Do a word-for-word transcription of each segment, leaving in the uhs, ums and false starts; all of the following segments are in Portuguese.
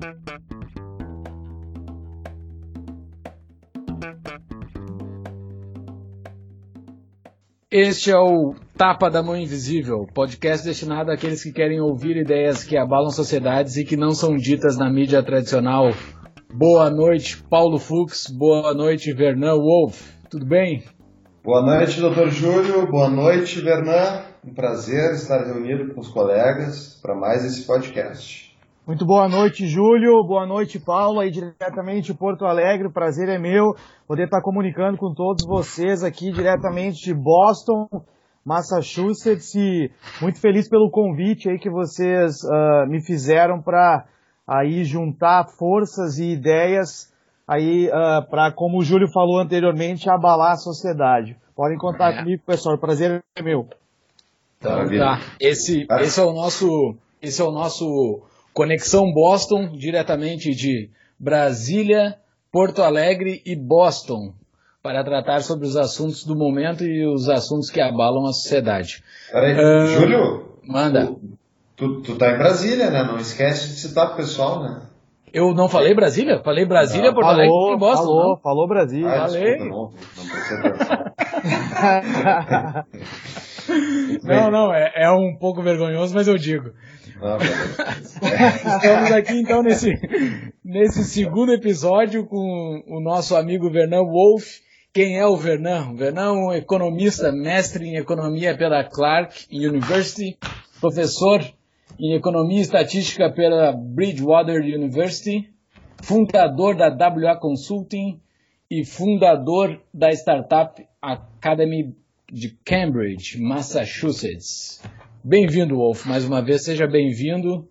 Este é o Tapa da Mão Invisível, podcast destinado àqueles que querem ouvir ideias que abalam sociedades e que não são ditas na mídia tradicional. Boa noite, Paulo Fux. Boa noite, Vernan Wolf. Tudo bem? Boa noite, doutor Júlio. Boa noite, Vernan. Um prazer estar reunido com os colegas para mais esse podcast. Muito boa noite, Júlio. Boa noite, Paulo, aí diretamente de Porto Alegre. O prazer é meu poder estar comunicando com todos vocês aqui diretamente de Boston, Massachusetts, e muito feliz pelo convite aí que vocês uh, me fizeram para aí juntar forças e ideias aí uh, para, como o Júlio falou anteriormente, abalar a sociedade. Podem contar é. comigo, pessoal. O prazer é meu. Então, tá. Esse, esse é o nosso, esse é o nosso Conexão Boston, diretamente de Brasília, Porto Alegre e Boston, para tratar sobre os assuntos do momento e os assuntos que abalam a sociedade. Peraí, uh, Júlio? Manda. Tu, tu, tu tá em Brasília, né? Não esquece de citar pro pessoal, né? Eu não falei Brasília? Falei Brasília, não. Porto Alegre falou, e Boston. Falou, não? falou Brasília. Ah, falei. Desculpa, não, não prestei atenção. Não, não, é, é um pouco vergonhoso, mas eu digo. Ah, Estamos aqui então nesse, nesse segundo episódio com o nosso amigo Vernan Wolf. Quem é o Vernan? O Vernan é um economista, mestre em economia pela Clark University, professor em economia e estatística pela Bridgewater University, fundador da W A Consulting e fundador da Startup Academy de Cambridge, Massachusetts. Bem-vindo, Wolf, mais uma vez, seja bem-vindo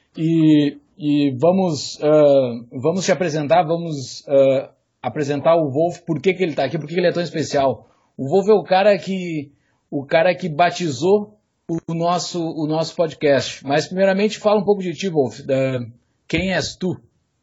e, e vamos, uh, vamos te apresentar, vamos uh, apresentar o Wolf, por que, que ele está aqui, por que, que ele é tão especial. O Wolf é o cara que, o cara que batizou o nosso, o nosso podcast, mas primeiramente fala um pouco de ti, Wolf, uh, quem és tu?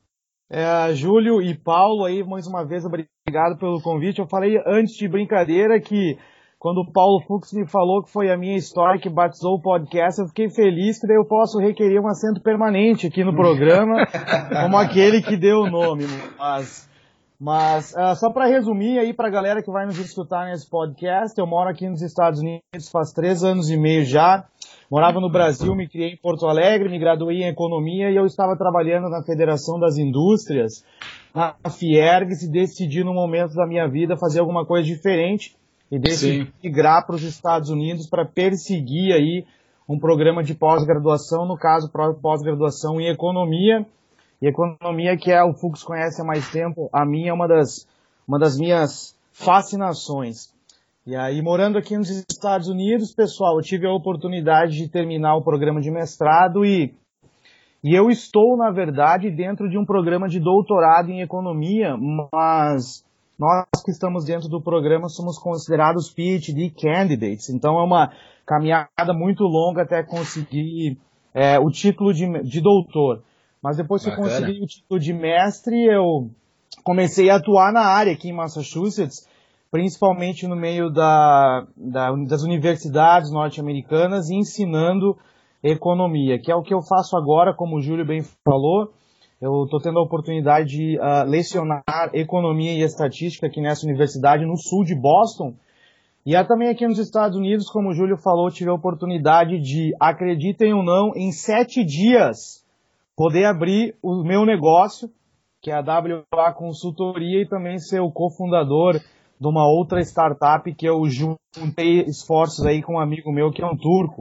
É, Júlio e Paulo, aí mais uma vez obrigado pelo convite. Eu falei antes de brincadeira que quando o Paulo Fux me falou que foi a minha história que batizou o podcast, eu fiquei feliz que daí eu posso requerer um assento permanente aqui no programa, como aquele que deu o nome. Mas, mas uh, só para resumir aí para a galera que vai nos escutar nesse podcast, eu moro aqui nos Estados Unidos faz três anos e meio já. Morava no Brasil, me criei em Porto Alegre, me graduei em Economia e eu estava trabalhando na Federação das Indústrias, na Fiergs, e decidi no momento da minha vida fazer alguma coisa diferente. E decidi migrar para os Estados Unidos para perseguir aí um programa de pós-graduação, no caso, pós-graduação em Economia. E Economia, que é, o Fux conhece há mais tempo, a minha é uma das, uma das minhas fascinações. E aí, morando aqui nos Estados Unidos, pessoal, eu tive a oportunidade de terminar o programa de mestrado e, e eu estou, na verdade, dentro de um programa de doutorado em Economia, mas nós que estamos dentro do programa somos considerados P H D candidates, então é uma caminhada muito longa até conseguir é, o título de, de doutor. Mas depois que eu consegui o título de mestre, eu comecei a atuar na área aqui em Massachusetts, principalmente no meio da, da, das universidades norte-americanas, ensinando economia, que é o que eu faço agora, como o Júlio bem falou. Eu estou tendo a oportunidade de uh, lecionar economia e estatística aqui nessa universidade no sul de Boston. E é também aqui nos Estados Unidos, como o Júlio falou, tive a oportunidade de, acreditem ou não, em sete dias, poder abrir o meu negócio, que é a W A Consultoria, e também ser o cofundador de uma outra startup que eu juntei esforços aí com um amigo meu que é um turco.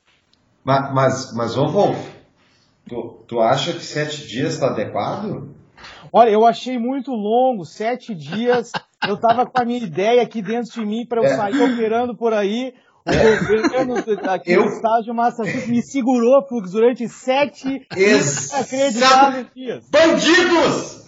Mas, mas, mas ô Wolf, Tu, tu acha que sete dias está adequado? Olha, eu achei muito longo, sete dias. Eu tava com a minha ideia aqui dentro de mim para eu é. sair operando por aí. O governo aqui eu... no estado de Massachusetts me segurou, Fux, durante sete inacreditáveis dias. Bandidos!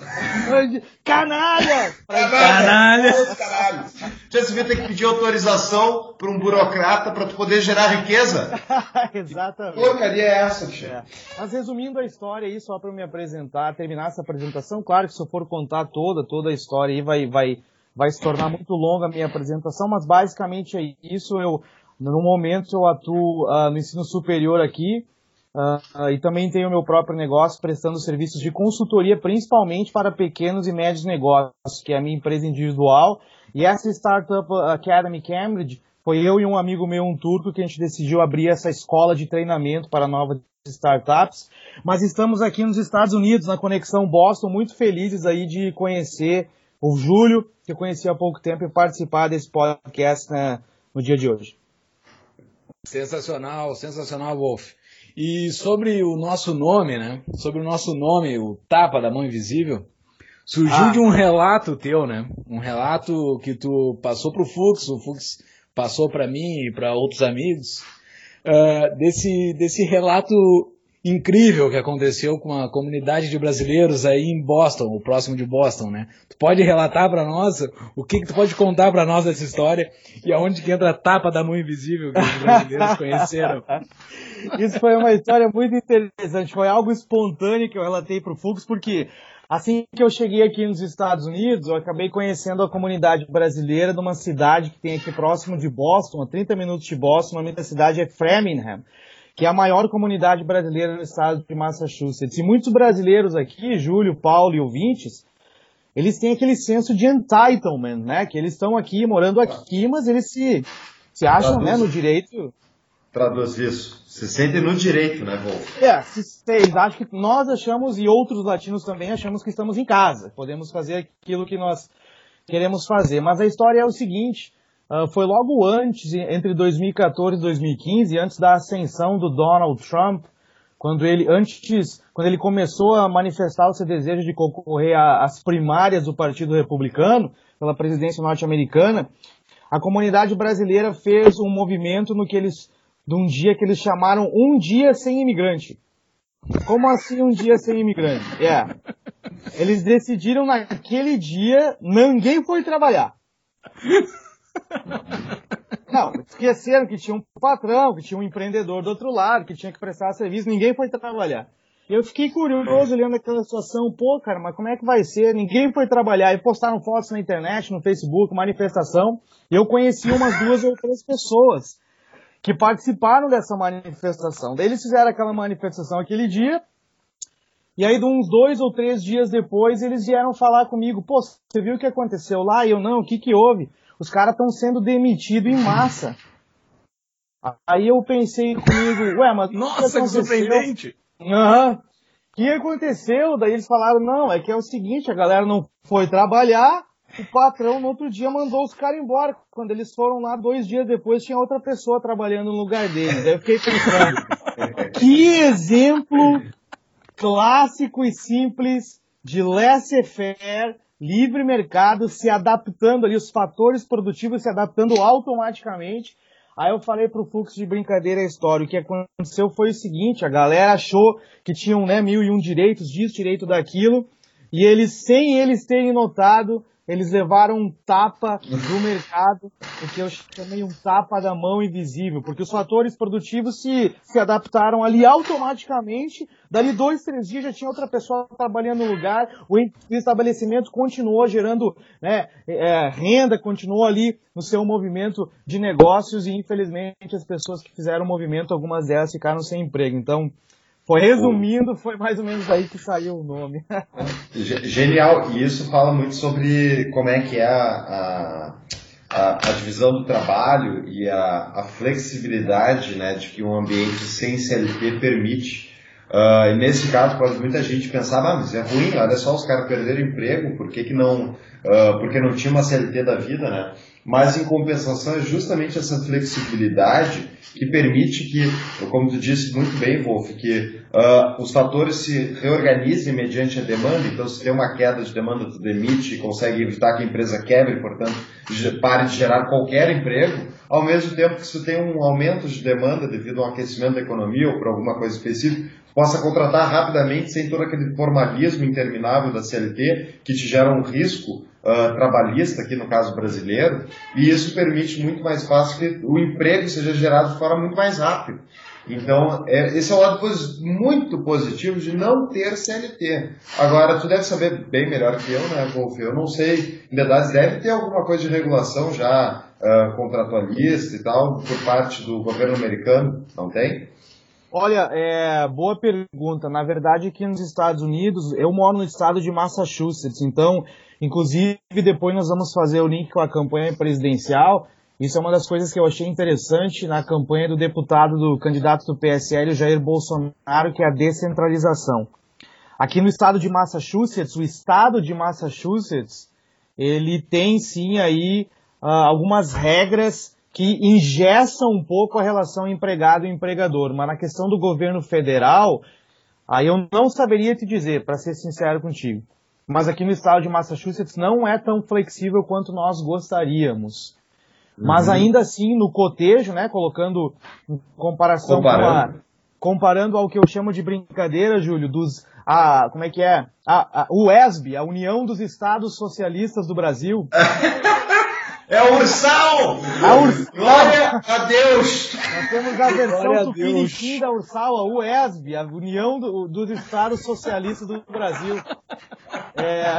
Canalha! Canalhas! Canalhas! Já se viu ter que pedir autorização para um burocrata para tu poder gerar riqueza? Exatamente. Que porcaria é essa, tia? É. Mas resumindo a história aí, só para me apresentar, terminar essa apresentação, claro que se eu for contar toda, toda a história aí vai, vai, vai se tornar muito longa a minha apresentação, mas basicamente é isso. Eu, no momento eu atuo uh, no ensino superior aqui, uh, e também tenho o meu próprio negócio prestando serviços de consultoria, principalmente para pequenos e médios negócios, que é a minha empresa individual. E essa Startup Academy Cambridge foi eu e um amigo meu, um turco, que a gente decidiu abrir essa escola de treinamento para novas startups. Mas estamos aqui nos Estados Unidos, na Conexão Boston, muito felizes aí de conhecer o Júlio, que eu conheci há pouco tempo, e participar desse podcast, né, no dia de hoje. Sensacional, sensacional, Wolf. E sobre o nosso nome, né? Sobre o nosso nome, o Tapa da Mão Invisível, surgiu ah. de um relato teu, né? Um relato que tu passou pro Fux, o Fux passou para mim e para outros amigos, uh, desse, desse relato incrível que aconteceu com a comunidade de brasileiros aí em Boston, o próximo de Boston, né? Tu pode relatar para nós o que, que tu pode contar para nós dessa história e aonde que entra a Tapa da Mão Invisível que os brasileiros conheceram? Isso foi uma história muito interessante, foi algo espontâneo que eu relatei para o Fux, porque assim que eu cheguei aqui nos Estados Unidos, eu acabei conhecendo a comunidade brasileira de uma cidade que tem aqui próximo de Boston, a trinta minutos de Boston. O nome da cidade é Framingham, que é a maior comunidade brasileira no estado de Massachusetts. E muitos brasileiros aqui, Júlio, Paulo e ouvintes, eles têm aquele senso de entitlement, né? Que eles estão aqui, morando aqui, mas eles se, se acham, né, no direito... Traduz isso. Se sentem no direito, né, Wolf? É, se, eles acham que nós achamos, e outros latinos também achamos que estamos em casa. Podemos fazer aquilo que nós queremos fazer. Mas a história é o seguinte, uh, foi logo antes, entre dois mil e quatorze e dois mil e quinze, antes da ascensão do Donald Trump, quando ele, antes, quando ele começou a manifestar o seu desejo de concorrer às primárias do Partido Republicano, pela presidência norte-americana, a comunidade brasileira fez um movimento no que eles... de um dia que eles chamaram Um Dia Sem Imigrante. Como assim um dia sem imigrante? É. Eles decidiram naquele dia, ninguém foi trabalhar. Não, esqueceram que tinha um patrão, que tinha um empreendedor do outro lado, que tinha que prestar serviço, ninguém foi trabalhar. Eu fiquei curioso olhando aquela situação, pô, cara, mas como é que vai ser? Ninguém foi trabalhar. E postaram fotos na internet, no Facebook, manifestação. E eu conheci umas duas ou três pessoas que participaram dessa manifestação. Daí eles fizeram aquela manifestação aquele dia, e aí de uns dois ou três dias depois eles vieram falar comigo, pô, você viu o que aconteceu lá? E eu, não, o que que houve? Os caras estão sendo demitidos em massa. Aí eu pensei comigo, ué, mas... Nossa, que, que surpreendente! Aham. O que aconteceu? Daí eles falaram, não, é que é o seguinte, a galera não foi trabalhar, o patrão no outro dia mandou os caras embora. Quando eles foram lá, dois dias depois, tinha outra pessoa trabalhando no lugar deles. Aí eu fiquei pensando, que exemplo clássico e simples de laissez-faire, livre mercado, se adaptando ali, os fatores produtivos se adaptando automaticamente. Aí eu falei pro Fux de brincadeira a história. O que aconteceu foi o seguinte, a galera achou que tinham, né, mil e um direitos disso, direito daquilo, e eles, sem eles terem notado, eles levaram um tapa do mercado, o que eu chamei um tapa da mão invisível, porque os fatores produtivos se, se adaptaram ali automaticamente, dali dois, três dias já tinha outra pessoa trabalhando no lugar, o estabelecimento continuou gerando, né, é, renda, continuou ali no seu movimento de negócios e infelizmente as pessoas que fizeram o movimento, algumas delas ficaram sem emprego. Então, foi, resumindo, foi mais ou menos aí que saiu o nome. Genial, e isso fala muito sobre como é que é a, a, a divisão do trabalho e a, a flexibilidade, né, de que um ambiente sem C L T permite. Uh, e nesse caso pode muita gente pensar, ah, mas é ruim, olha só, os caras perderam emprego, por que que não, uh, porque não tinha uma C L T da vida, né? Mas em compensação é justamente essa flexibilidade que permite que, como tu disse muito bem, Wolf, que uh, os fatores se reorganizem mediante a demanda. Então, se tem uma queda de demanda, tu demite e consegue evitar que a empresa quebre, portanto, pare de gerar qualquer emprego, ao mesmo tempo que se tem um aumento de demanda devido a um aquecimento da economia ou por alguma coisa específica, possa contratar rapidamente sem todo aquele formalismo interminável da C L T que te gera um risco uh, trabalhista, aqui no caso brasileiro, e isso permite muito mais fácil que o emprego seja gerado de forma muito mais rápida. Então, é, esse é o lado muito positivo de não ter C L T. Agora, tu deve saber bem melhor que eu, né, Wolf? Eu não sei, em verdade, deve ter alguma coisa de regulação já uh, contratualista e tal, por parte do governo americano, não tem? Olha, é, boa pergunta. Na verdade, aqui nos Estados Unidos, eu moro no estado de Massachusetts, então, inclusive, depois nós vamos fazer o link com a campanha presidencial. Isso é uma das coisas que eu achei interessante na campanha do deputado, do candidato do P S L, o Jair Bolsonaro, que é a descentralização. Aqui no estado de Massachusetts, o estado de Massachusetts, ele tem sim aí uh, algumas regras que engessam um pouco a relação empregado e empregador. Mas na questão do governo federal, aí eu não saberia te dizer, para ser sincero contigo. Mas aqui no estado de Massachusetts não é tão flexível quanto nós gostaríamos. Uhum. Mas ainda assim, no cotejo, né, colocando em comparação comparando. com a... Comparando ao que eu chamo de brincadeira, Júlio, dos... A, como é que é? A, a, o U E S B, a União dos Estados Socialistas do Brasil... É o Ursal! A Urs... Glória a Deus! Nós temos a versão tupiniquim da Ursal, a U E S B, a União do, dos Estados Socialistas do Brasil. É...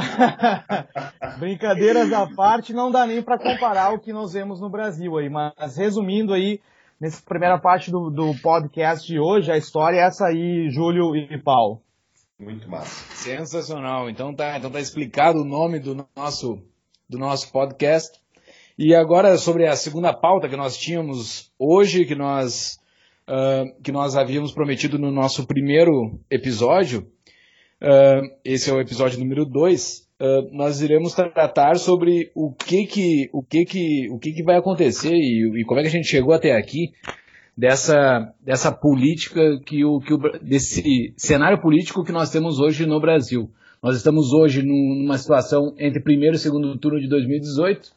Brincadeiras à parte, não dá nem para comparar o que nós vemos no Brasil aí, mas resumindo aí, nessa primeira parte do, do podcast de hoje, a história é essa aí, Júlio e Paulo. Muito massa. Sensacional. Então tá, então tá explicado o nome do nosso, do nosso podcast. E agora sobre a segunda pauta que nós tínhamos hoje, que nós, uh, que nós havíamos prometido no nosso primeiro episódio, uh, esse é o episódio número dois, uh, nós iremos tratar sobre o que que, o que que, o que que vai acontecer e, e como é que a gente chegou até aqui dessa, dessa política, que o, que o, desse cenário político que nós temos hoje no Brasil. Nós estamos hoje num, numa situação entre primeiro e segundo turno de dois mil e dezoito.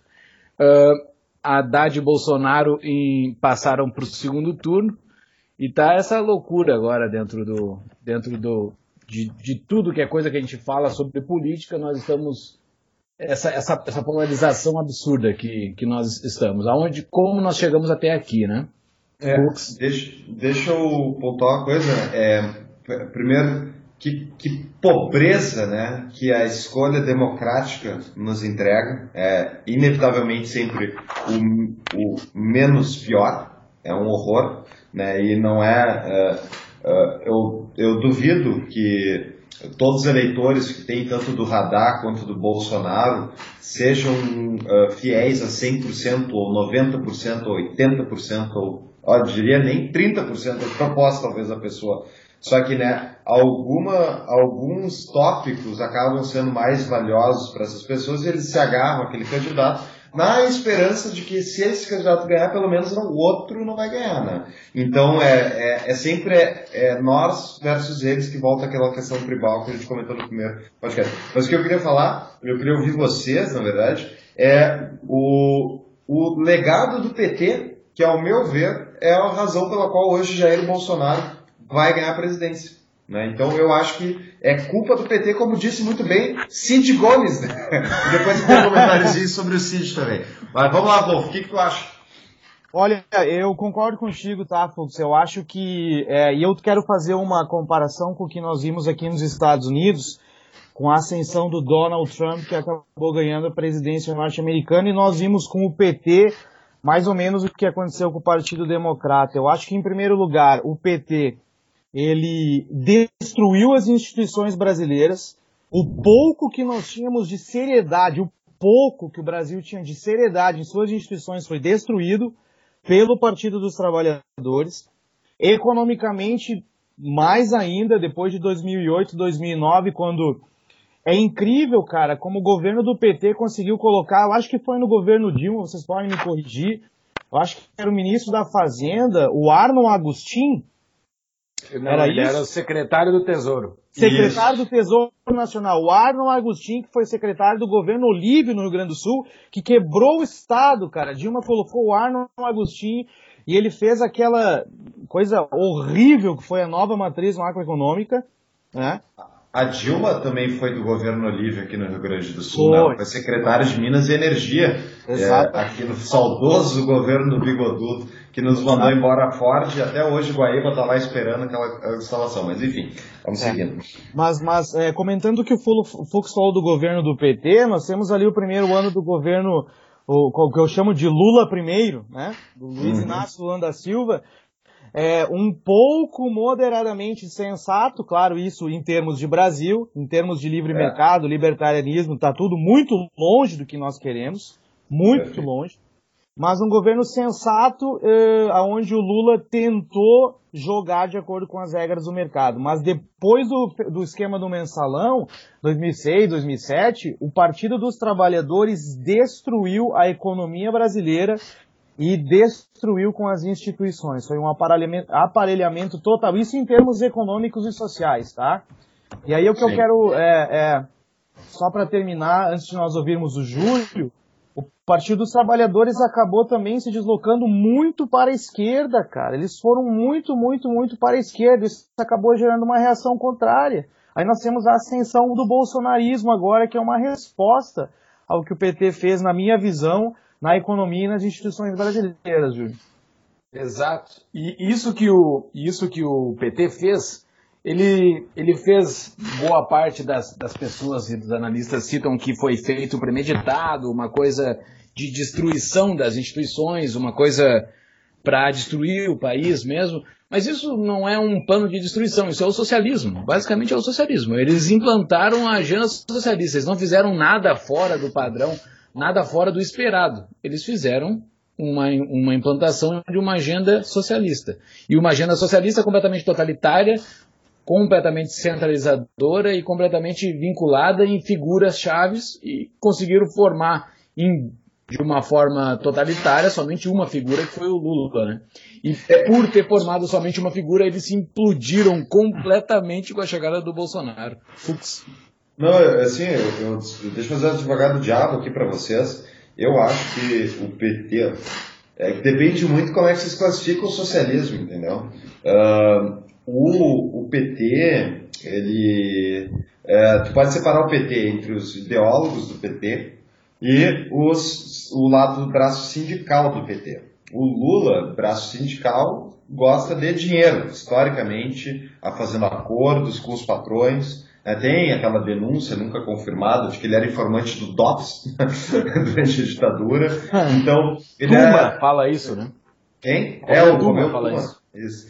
Uh, Haddad e Bolsonaro em, passaram para o segundo turno e tá essa loucura agora dentro do dentro do de, de tudo que é coisa que a gente fala sobre política. Nós estamos essa, essa, essa polarização absurda que, que nós estamos, aonde como nós chegamos até aqui, né? É, deixa, deixa eu pontuar uma coisa. É, primeiro, que, que pobreza, né, que a escolha democrática nos entrega. É inevitavelmente sempre o, o menos pior, é um horror, né, e não é, é, é eu, eu duvido que todos os eleitores que tem tanto do Haddad quanto do Bolsonaro sejam uh, fiéis a cem por cento ou noventa por cento ou oitenta por cento ou, eu diria nem trinta por cento da proposta talvez da pessoa. Só que, né, alguma, alguns tópicos acabam sendo mais valiosos para essas pessoas e eles se agarram àquele candidato na esperança de que se esse candidato ganhar, pelo menos o outro não vai ganhar, né? Então, é, é, é sempre é, é nós versus eles, que volta aquela questão tribal que a gente comentou no primeiro podcast. Mas o que eu queria falar, eu queria ouvir vocês, na verdade, é o, o legado do P T, que, ao meu ver, é a razão pela qual hoje Jair Bolsonaro vai ganhar a presidência, né? Então eu acho que é culpa do P T, como disse muito bem Cid Gomes, né? E depois tem um comentáriozinho sobre o Cid também. Mas vamos lá, Wolf, o que, que tu acha? Olha, eu concordo contigo, tá, Fux? Eu acho que, é, e eu quero fazer uma comparação com o que nós vimos aqui nos Estados Unidos, com a ascensão do Donald Trump, que acabou ganhando a presidência norte-americana, e nós vimos com o P T mais ou menos o que aconteceu com o Partido Democrata. Eu acho que, em primeiro lugar, o P T ele destruiu as instituições brasileiras. O pouco que nós tínhamos de seriedade, o pouco que o Brasil tinha de seriedade em suas instituições foi destruído pelo Partido dos Trabalhadores. Economicamente, mais ainda, depois de dois mil e oito, dois mil e nove, quando... É incrível, cara, como o governo do P T conseguiu colocar, eu acho que foi no governo Dilma, vocês podem me corrigir, eu acho que era o ministro da Fazenda, o Arnon Agustin. Não, era ele isso? Era o secretário do Tesouro. Secretário isso. do Tesouro Nacional. O Arnon Agustin, que foi secretário do governo Olívio no Rio Grande do Sul, que quebrou o Estado, cara. Dilma colocou o Arnon Agustin e ele fez aquela coisa horrível que foi a nova matriz macroeconômica, né? A Dilma também foi do governo Olívio aqui no Rio Grande do Sul, né? Ela foi secretária de Minas e Energia, é, aqui no saudoso governo do Bigodudo, que nos mandou Exato. embora a Ford, e até hoje Guaíba está lá esperando aquela instalação. Mas enfim, vamos é. seguindo. Mas, mas é, comentando o que o Fux falou do governo do P T, nós temos ali o primeiro ano do governo, o, o que eu chamo de Lula primeiro, né? Do Luiz uhum. Inácio Lula da Silva. é, um pouco moderadamente sensato, claro, isso em termos de Brasil, em termos de livre é. mercado, libertarianismo, está tudo muito longe do que nós queremos, muito é. longe, mas um governo sensato, eh, onde o Lula tentou jogar de acordo com as regras do mercado, mas depois do, do esquema do mensalão, dois mil e seis, dois mil e sete, o Partido dos Trabalhadores destruiu a economia brasileira e destruiu com as instituições. Foi um aparelhamento, aparelhamento total, isso em termos econômicos e sociais, tá? E aí o que Sim. eu quero, é, é só para terminar, antes de nós ouvirmos o Júlio, o Partido dos Trabalhadores acabou também se deslocando muito para a esquerda, cara. Eles foram muito, muito, muito para a esquerda. Isso acabou gerando uma reação contrária. Aí nós temos a ascensão do bolsonarismo agora, que é uma resposta ao que o P T fez, na minha visão, na economia e nas instituições brasileiras, Júlio. Exato. E isso que o, isso que o P T fez, ele, ele fez, boa parte das, das pessoas e dos analistas citam que foi feito premeditado, uma coisa de destruição das instituições, uma coisa para destruir o país mesmo. Mas isso não é um plano de destruição, isso é o socialismo. Basicamente é o socialismo. Eles implantaram a agenda socialista, eles não fizeram nada fora do padrão, nada fora do esperado. Eles fizeram uma, uma implantação de uma agenda socialista. E uma agenda socialista completamente totalitária, completamente centralizadora e completamente vinculada em figuras chaves, e conseguiram formar em, de uma forma totalitária somente uma figura, que foi o Lula, né? E por ter formado somente uma figura, eles se implodiram completamente com a chegada do Bolsonaro. Fux. Não, assim, eu, eu, deixa eu fazer um advogado do diabo aqui para vocês. Eu acho que o P T é, depende muito como é que vocês classificam o socialismo, entendeu? Uh, O, o P T, ele, é, tu pode separar o P T entre os ideólogos do P T e os, o lado do braço sindical do P T. O Lula, braço sindical, gosta de dinheiro, historicamente, a fazendo acordos com os patrões. Né? Tem aquela denúncia nunca confirmada de que ele era informante do D O P S durante a ditadura. Então, ele Tuma é... fala isso, né? Quem? É, o Tuma fala isso. Isso.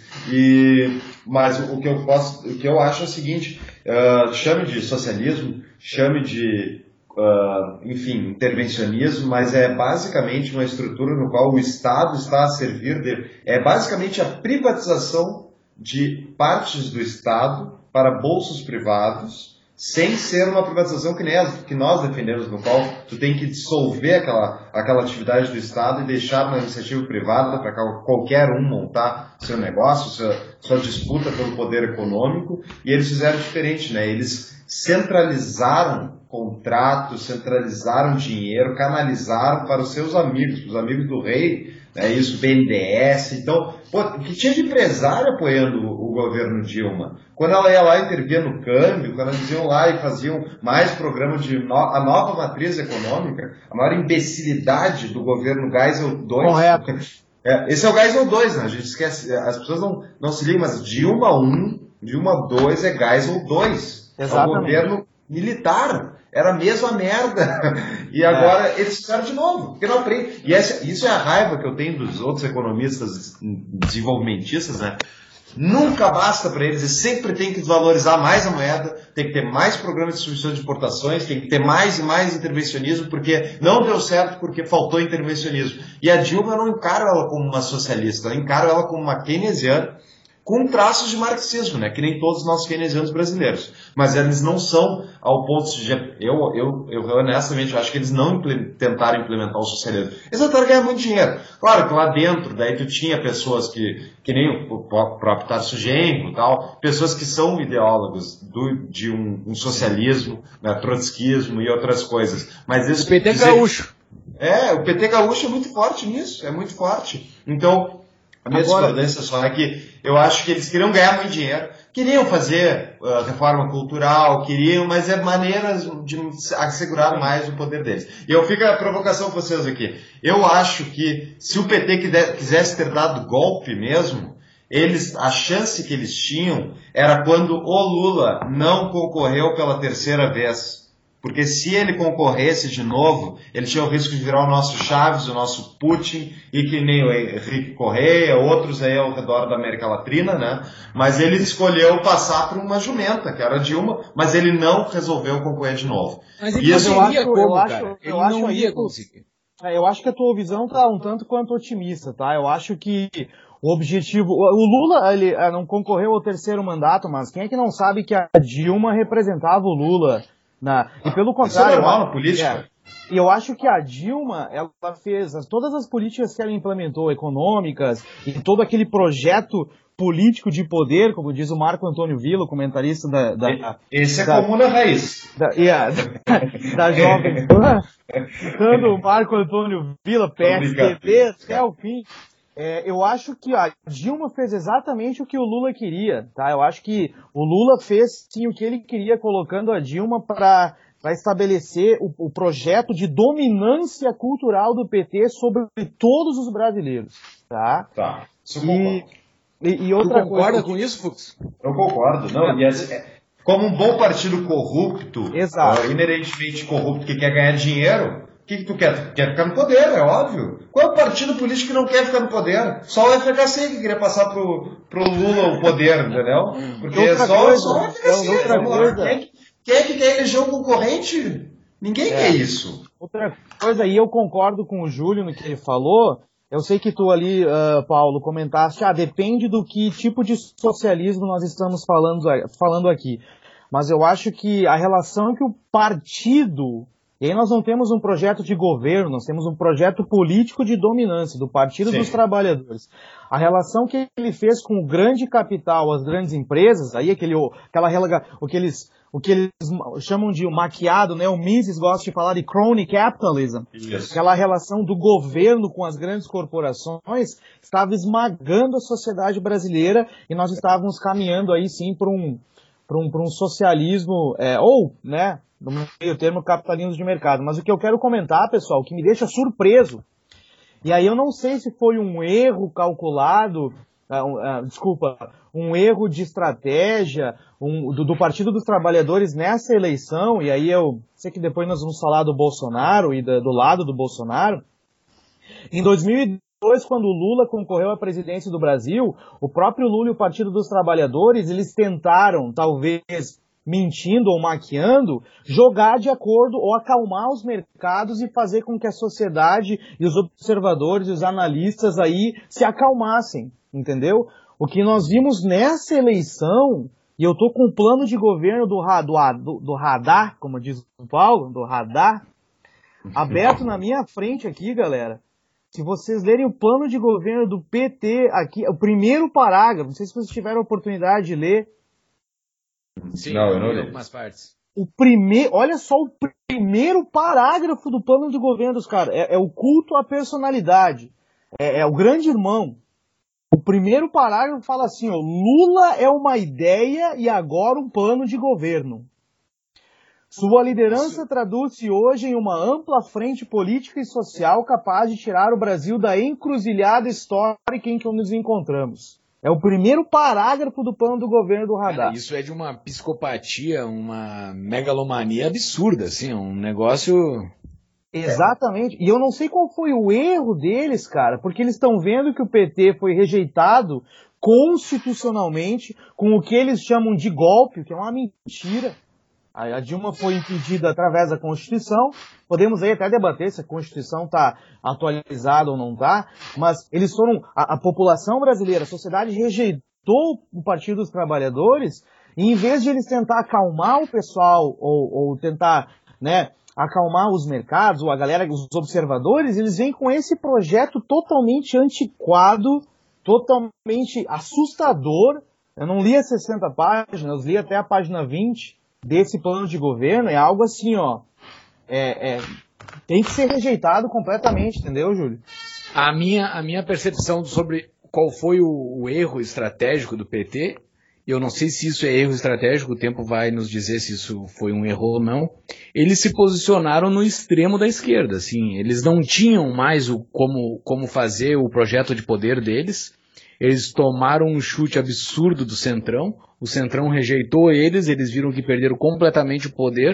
E, mas o que, eu posso, o que eu acho é o seguinte, uh, chame de socialismo, chame de, uh, enfim, intervencionismo, mas é basicamente uma estrutura no qual o Estado está a servir de... É basicamente a privatização de partes do Estado para bolsos privados, sem ser uma privatização que, nem as, que nós defendemos, no qual tu tem que dissolver aquela, aquela atividade do Estado e deixar na iniciativa privada para qualquer um montar seu negócio, sua, sua disputa pelo poder econômico. E eles fizeram diferente, né? Eles centralizaram contratos, centralizaram dinheiro, canalizaram para os seus amigos, os amigos do rei, né? Isso, B N D E S. Então, pô, que tinha de empresário apoiando o, o governo Dilma. Quando ela ia lá e intervia no câmbio, quando eles iam lá e faziam mais programa de no, a nova matriz econômica, a maior imbecilidade do governo Geisel dois. Correto. É, esse é o Geisel dois, né? A gente esquece, as pessoas não, não se ligam, mas Dilma um, Dilma dois é Geisel dois. Exatamente. É o governo militar. Era a mesma merda. E agora é. eles fizeram de novo. Porque não aprende. E essa, isso é a raiva que eu tenho dos outros economistas desenvolvimentistas, né? Nunca basta para eles, eles sempre tem que desvalorizar mais a moeda, tem que ter mais programas de substituição de importações, tem que ter mais e mais intervencionismo, porque não deu certo porque faltou intervencionismo. E a Dilma, eu não encaro ela como uma socialista, eu encaro ela como uma keynesiana, com traços de marxismo, né? Que nem todos os nossos keynesianos brasileiros. Mas eles não são ao ponto de... Eu, eu, eu honestamente, acho que eles não impl- tentaram implementar o socialismo. Eles tentaram ganhar muito dinheiro. Claro que lá dentro, daí tu tinha pessoas que, que nem o próprio Tarso Genro e tal, pessoas que são ideólogos do, de um, um socialismo, né, trotskismo e outras coisas. Mas eles... O P T dizer, gaúcho. É, o P T gaúcho é muito forte nisso, é muito forte. Então... A minha Agora, discordância só é que eu acho que eles queriam ganhar muito dinheiro, queriam fazer uh, reforma cultural, queriam, mas é maneiras de assegurar mais o poder deles. E eu fico a provocação para vocês aqui. Eu acho que se o P T quisesse ter dado golpe mesmo, eles, a chance que eles tinham era quando o Lula não concorreu pela terceira vez. Porque se ele concorresse de novo, ele tinha o risco de virar o nosso Chaves, o nosso Putin, e que nem o Henrique Correia, outros aí ao redor da América Latina, né? Mas ele escolheu passar por uma jumenta, que era a Dilma, mas ele não resolveu concorrer de novo. Mas ele Isso não ia acho, como, eu cara? acho, Ele eu não acho ia aí, conseguir. É, eu acho que a tua visão tá um tanto quanto otimista, tá? Eu acho que o objetivo... O Lula, ele não concorreu ao terceiro mandato, mas quem é que não sabe que a Dilma representava o Lula? Na... E pelo contrário... Isso é normal na política. É, e eu acho que a Dilma, ela fez todas as políticas que ela implementou, econômicas, e todo aquele projeto político de poder, como diz o Marco Antônio Villa, comentarista da... da Esse é da, comum na raiz. Da, yeah, da, da Jovem Pan, citando o Marco Antônio Villa, P S D B até o fim. É, eu acho que a Dilma fez exatamente o que o Lula queria, tá? Eu acho que o Lula fez, sim, o que ele queria, colocando a Dilma para estabelecer o, o projeto de dominância cultural do P T sobre todos os brasileiros, tá? Tá, isso eu e, concordo. E, e outra tu concorda coisa, com isso, Fux? Eu concordo, não, e assim, é, como um bom partido corrupto, Exato. Uh, inerentemente corrupto, que quer ganhar dinheiro, o que, que tu quer? Tu quer ficar no poder, é óbvio. Qual é o partido político que não quer ficar no poder? Só o F H C que queria passar pro, pro Lula o poder, entendeu? Porque é só, coisa, só o F H C. outra coisa. Quem, é que, quem é que quer eleger um concorrente? Ninguém é. quer isso. Outra coisa, e eu concordo com o Júlio no que ele falou. Eu sei que tu ali, uh, Paulo, comentaste, ah, depende do que tipo de socialismo nós estamos falando, falando aqui. Mas eu acho que a relação que o partido... E aí nós não temos um projeto de governo, nós temos um projeto político de dominância do Partido Sim. dos Trabalhadores. A relação que ele fez com o grande capital, as grandes empresas, aí aquele, aquela o que eles, o que eles chamam de maquiado, né? O Mises gosta de falar de crony capitalism. Yes. Aquela relação do governo com as grandes corporações estava esmagando a sociedade brasileira e nós estávamos caminhando aí sim para um, para um, para um socialismo, é, ou, né? No meio termo, capitalismo de mercado. Mas o que eu quero comentar, pessoal, que me deixa surpreso, e aí eu não sei se foi um erro calculado, uh, uh, desculpa, um erro de estratégia um, do, do Partido dos Trabalhadores nessa eleição, e aí eu sei que depois nós vamos falar do Bolsonaro e da, do lado do Bolsonaro. Em dois mil e dois, quando o Lula concorreu à presidência do Brasil, o próprio Lula e o Partido dos Trabalhadores, eles tentaram, talvez... mentindo ou maquiando, jogar de acordo ou acalmar os mercados e fazer com que a sociedade e os observadores e os analistas aí se acalmassem, entendeu? O que nós vimos nessa eleição, e eu tô com o plano de governo do, do, do radar, como diz o Paulo, do radar, aberto na minha frente aqui, galera. Se vocês lerem o plano de governo do P T aqui, o primeiro parágrafo, não sei se vocês tiveram a oportunidade de ler. Sim, não, eu não li algumas partes. O primeiro, olha só o primeiro parágrafo do plano de governo dos caras. É, é o culto à personalidade. É, é o grande irmão. O primeiro parágrafo fala assim, ó, Lula é uma ideia e agora um plano de governo. Sua liderança traduz-se hoje em uma ampla frente política e social capaz de tirar o Brasil da encruzilhada histórica em que nos encontramos. É o primeiro parágrafo do plano do governo do radar. Cara, isso é de uma psicopatia, uma megalomania absurda, assim, um negócio... Exatamente. E eu não sei qual foi o erro deles, cara, porque eles estão vendo que o P T foi rejeitado constitucionalmente com o que eles chamam de golpe, que é uma mentira. A Dilma foi impedida através da Constituição. Podemos aí até debater se a Constituição está atualizada ou não está, mas eles foram, a, a população brasileira, a sociedade rejeitou o Partido dos Trabalhadores, e em vez de eles tentar acalmar o pessoal, ou, ou tentar, né, acalmar os mercados, ou a galera, os observadores, eles vêm com esse projeto totalmente antiquado, totalmente assustador. Eu não li as sessenta páginas, eu li até a página vinte, desse plano de governo. É algo assim, ó, é, é, tem que ser rejeitado completamente, entendeu, Júlio? A minha, a minha percepção sobre qual foi o, o erro estratégico do P T, eu não sei se isso é erro estratégico, o tempo vai nos dizer se isso foi um erro ou não, eles se posicionaram no extremo da esquerda, assim, eles não tinham mais o, como, como fazer o projeto de poder deles, eles tomaram um chute absurdo do Centrão, o Centrão rejeitou eles, eles viram que perderam completamente o poder,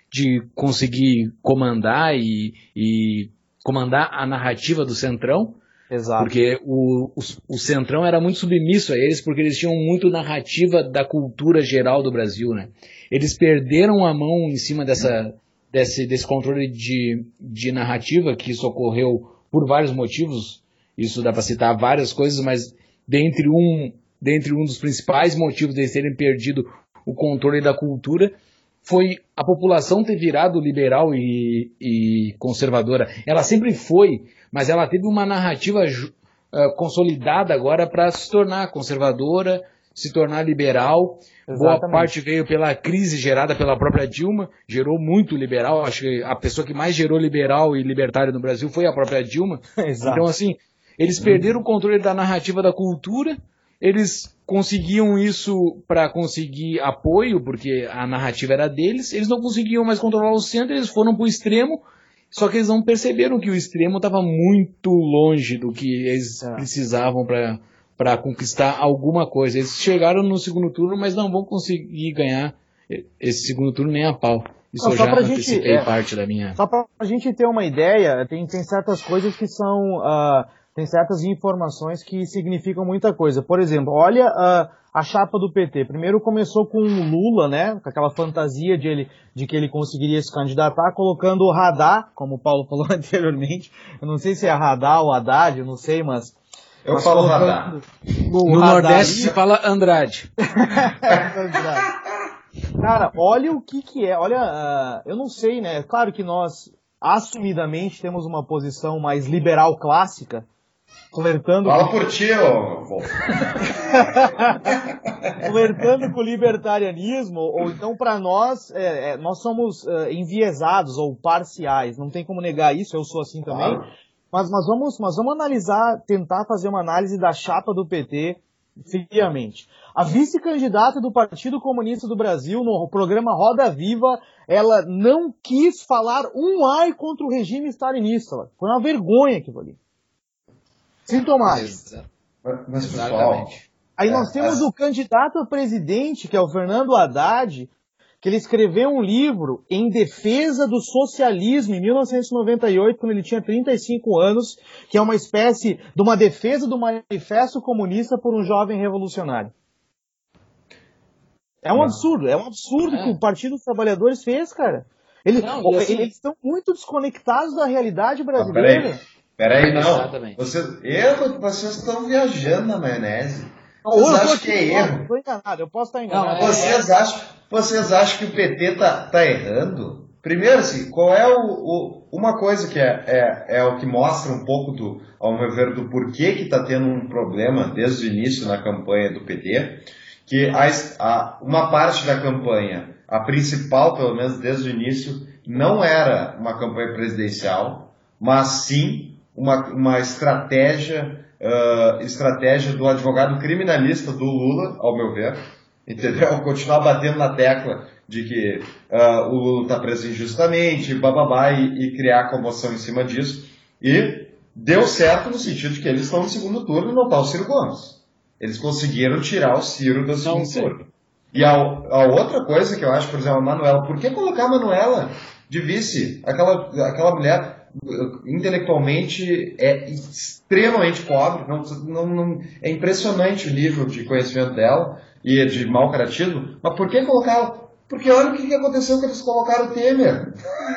de conseguir comandar e, e comandar a narrativa do Centrão. Exato. Porque o, o, o Centrão era muito submisso a eles, porque eles tinham muito narrativa da cultura geral do Brasil, né? Eles perderam a mão em cima dessa, desse, desse controle de, de narrativa, que isso ocorreu por vários motivos. Isso dá para citar várias coisas, mas dentre um, dentre um dos principais motivos deles terem perdido o controle da cultura foi a população ter virado liberal e, e conservadora. Ela sempre foi, mas ela teve uma narrativa uh, consolidada agora para se tornar conservadora, se tornar liberal. Exatamente. Boa parte veio pela crise gerada pela própria Dilma, gerou muito liberal. Acho que a pessoa que mais gerou liberal e libertário no Brasil foi a própria Dilma. Exato. Então, assim, eles perderam o controle da narrativa da cultura. Eles conseguiam isso para conseguir apoio, porque a narrativa era deles. Eles não conseguiam mais controlar o centro, eles foram para o extremo, só que eles não perceberam que o extremo estava muito longe do que eles é. precisavam para conquistar alguma coisa. Eles chegaram no segundo turno, mas não vão conseguir ganhar esse segundo turno nem a pau. Isso não, eu já antecipei gente, é, parte da minha... Só para a gente ter uma ideia, tem, tem certas coisas que são... Uh... Tem certas informações que significam muita coisa. Por exemplo, olha a, a chapa do P T. Primeiro começou com o Lula, né? Com aquela fantasia de, ele, de que ele conseguiria se candidatar, colocando o Haddad, como o Paulo falou anteriormente. Eu não sei se é Haddad ou Haddad, eu não sei, mas... Eu mas falo Haddad. No, no Nordeste se fala Andrade. Andrade. Cara, olha o que que é. Olha, uh, eu não sei, né? Claro que nós, assumidamente, temos uma posição mais liberal clássica, flertando Fala com... por ti, ô. Flertando com o libertarianismo, ou então para nós, é, é, nós somos é, enviesados ou parciais, não tem como negar isso, eu sou assim também, claro. mas nós vamos, nós vamos analisar, tentar fazer uma análise da chapa do P T friamente. A vice-candidata do Partido Comunista do Brasil, no programa Roda Viva, ela não quis falar um ai contra o regime stalinista. Foi uma vergonha aquilo ali. Sintomático. Mas, mas pessoal, aí nós temos é, o candidato a presidente, que é o Fernando Haddad, que ele escreveu um livro em defesa do socialismo em mil novecentos e noventa e oito, quando ele tinha trinta e cinco anos, que é uma espécie de uma defesa do manifesto comunista por um jovem revolucionário. É um absurdo, é um absurdo é. que o Partido dos Trabalhadores fez, cara. Ele, Não, assim, eles estão muito desconectados da realidade brasileira. Ah, Peraí, não. Vocês, erro, vocês estão viajando na maionese. Vocês eu acham que é erro? Eu tô enganado, eu posso estar enganado. Não, vocês, é... acham, vocês acham que o P T tá, tá errando? Primeiro, assim, qual é o, o, uma coisa que é, é, é o que mostra um pouco, do, ao meu ver, do porquê que está tendo um problema desde o início na campanha do P T, que a, a, uma parte da campanha, a principal, pelo menos desde o início, não era uma campanha presidencial, mas sim uma, uma estratégia, uh, estratégia do advogado criminalista do Lula, ao meu ver, entendeu? Continuar batendo na tecla de que uh, o Lula está preso injustamente, bababá, e, e criar comoção em cima disso. E deu certo no sentido de que eles estão no segundo turno e não está o Ciro Gomes. Eles conseguiram tirar o Ciro do segundo turno. E a, a outra coisa que eu acho, por exemplo, a Manuela, por que colocar a Manuela de vice? Aquela, aquela mulher intelectualmente é extremamente pobre, não, não, não, é impressionante o nível de conhecimento dela e de mau caratismo, mas por que colocar? Porque olha o que aconteceu que eles colocaram o Temer.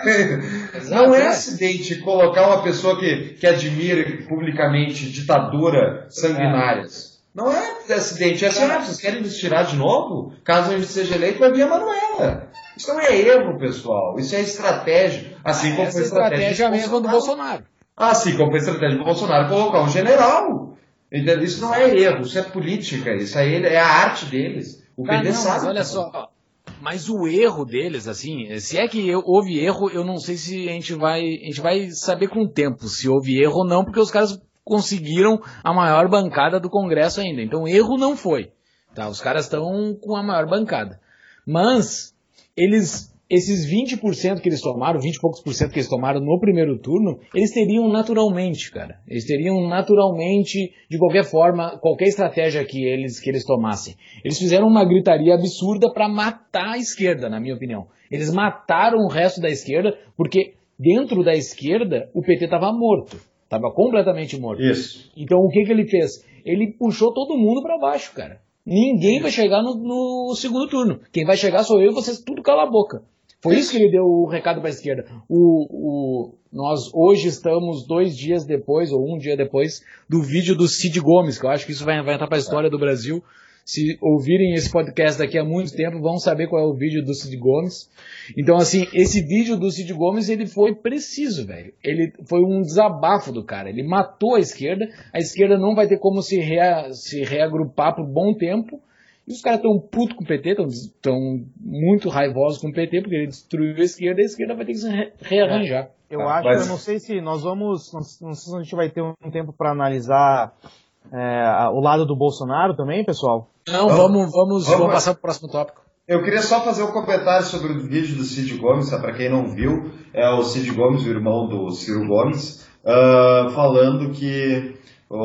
Exato, não é acidente colocar uma pessoa que, que admira publicamente ditadura sanguinárias. É. Não é acidente, é assim, ah, vocês querem nos tirar de novo? Caso a gente seja eleito, vai vir a Manuela. Isso não é erro, pessoal. Isso é estratégia. Assim ah, como foi a estratégia, estratégia mesmo do Bolsonaro. Assim como foi a estratégia do Bolsonaro colocar um general. Entendeu? Isso não é erro, isso é política. Isso aí é a arte deles. O P T sabe. Mas olha só, mas o erro deles, assim, se é que houve erro, eu não sei se a gente vai, a gente vai saber com o tempo se houve erro ou não, porque os caras conseguiram a maior bancada do Congresso ainda. Então erro não foi. Tá? Os caras estão com a maior bancada. Mas eles esses vinte por cento que eles tomaram, vinte e poucos por cento que eles tomaram no primeiro turno, eles teriam naturalmente, cara. Eles teriam naturalmente, de qualquer forma, qualquer estratégia que eles, que eles tomassem. Eles fizeram uma gritaria absurda para matar a esquerda, na minha opinião. Eles mataram o resto da esquerda, porque dentro da esquerda o P T estava morto. Estava completamente morto. Isso. Então o que, que ele fez? Ele puxou todo mundo para baixo, cara. Ninguém vai chegar no, no segundo turno. Quem vai chegar sou eu e vocês tudo cala a boca. Foi isso que ele deu o recado para a esquerda. O, o, nós hoje estamos dois dias depois, ou um dia depois, do vídeo do Cid Gomes, que eu acho que isso vai, vai entrar para a história do Brasil. Se ouvirem esse podcast daqui a muito tempo, vão saber qual é o vídeo do Cid Gomes. Então, assim, esse vídeo do Cid Gomes, ele foi preciso, velho. Ele foi um desabafo do cara. Ele matou a esquerda. A esquerda não vai ter como se, rea, se reagrupar por bom tempo. E os caras estão putos com o P T, estão muito raivosos com o P T, porque ele destruiu a esquerda e a esquerda vai ter que se re rearranjar. É, eu acho, Mas... eu não sei se nós vamos, não, não sei se a gente vai ter um tempo para analisar é, o lado do Bolsonaro também, pessoal. Não, vamos, vamos, vamos, vamos passar para o próximo tópico. Eu queria só fazer um comentário sobre o vídeo do Cid Gomes, para quem não viu, é o Cid Gomes, o irmão do Ciro Gomes, uh, falando que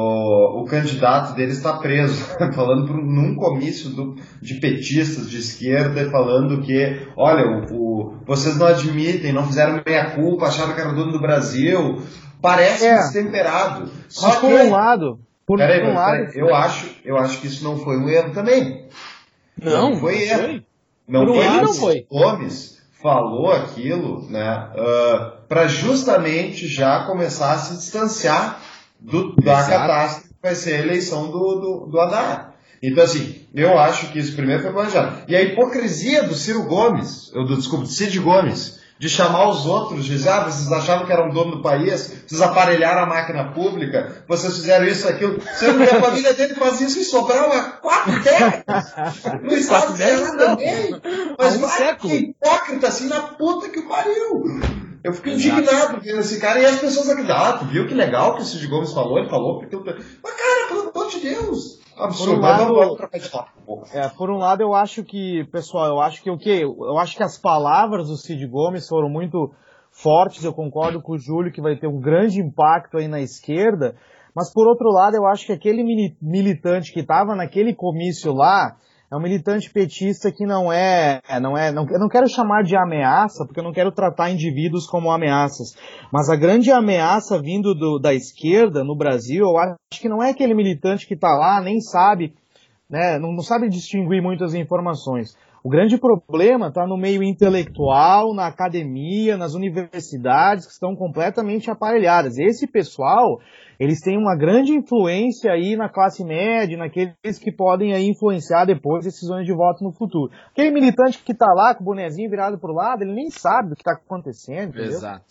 O, o candidato dele está preso, falando por, num comício do, de petistas de esquerda, falando que, olha, o, o, vocês não admitem, não fizeram meia-culpa, acharam que era dono do Brasil, parece é. destemperado. Só Mas por que, um lado, por peraí, um peraí, lado, peraí, eu acho, eu acho que isso não foi um erro também. Não, não foi erro. Foi. Não por foi. Um lado, não foi. Gomes falou aquilo, né, uh, para justamente já começar a se distanciar Do, da Exato. catástrofe que vai ser a eleição do, do, do Haddad. Então, assim, eu acho que isso primeiro foi planejado. E a hipocrisia do Ciro Gomes, eu, do, desculpa, do Cid Gomes, de chamar os outros, de dizer, ah, vocês achavam que eram dono do país, vocês aparelharam a máquina pública, vocês fizeram isso, aquilo. Sendo que a família dele faz isso em Sobral há quatro décadas. No estado de Ceará também. Mas vai que hipócrita, assim, na puta que o pariu. Eu fico Exato. indignado vendo esse cara. E as pessoas aqui, ah, tu viu que legal que o Cid Gomes falou? Ele falou porque... Mas, cara, pelo amor de Deus. Absurdo. Por um lado, vamos trocar de papo um pouco. É, por um lado, eu acho que, pessoal, eu acho que o quê? Eu acho que as palavras do Cid Gomes foram muito fortes. Eu concordo com o Júlio que vai ter um grande impacto aí na esquerda. Mas, por outro lado, eu acho que aquele militante que estava naquele comício lá, é um militante petista que não é, não é, não, eu não quero chamar de ameaça, porque eu não quero tratar indivíduos como ameaças, mas a grande ameaça vindo do, da esquerda no Brasil, eu acho que não é aquele militante que está lá, nem sabe, né, não, não sabe distinguir muitas informações. O grande problema está no meio intelectual, na academia, nas universidades, que estão completamente aparelhadas. Esse pessoal, eles têm uma grande influência aí na classe média, naqueles que podem aí influenciar depois decisões de voto no futuro. Aquele militante que está lá com o bonezinho virado para o lado, ele nem sabe o que está acontecendo, entendeu? Exato.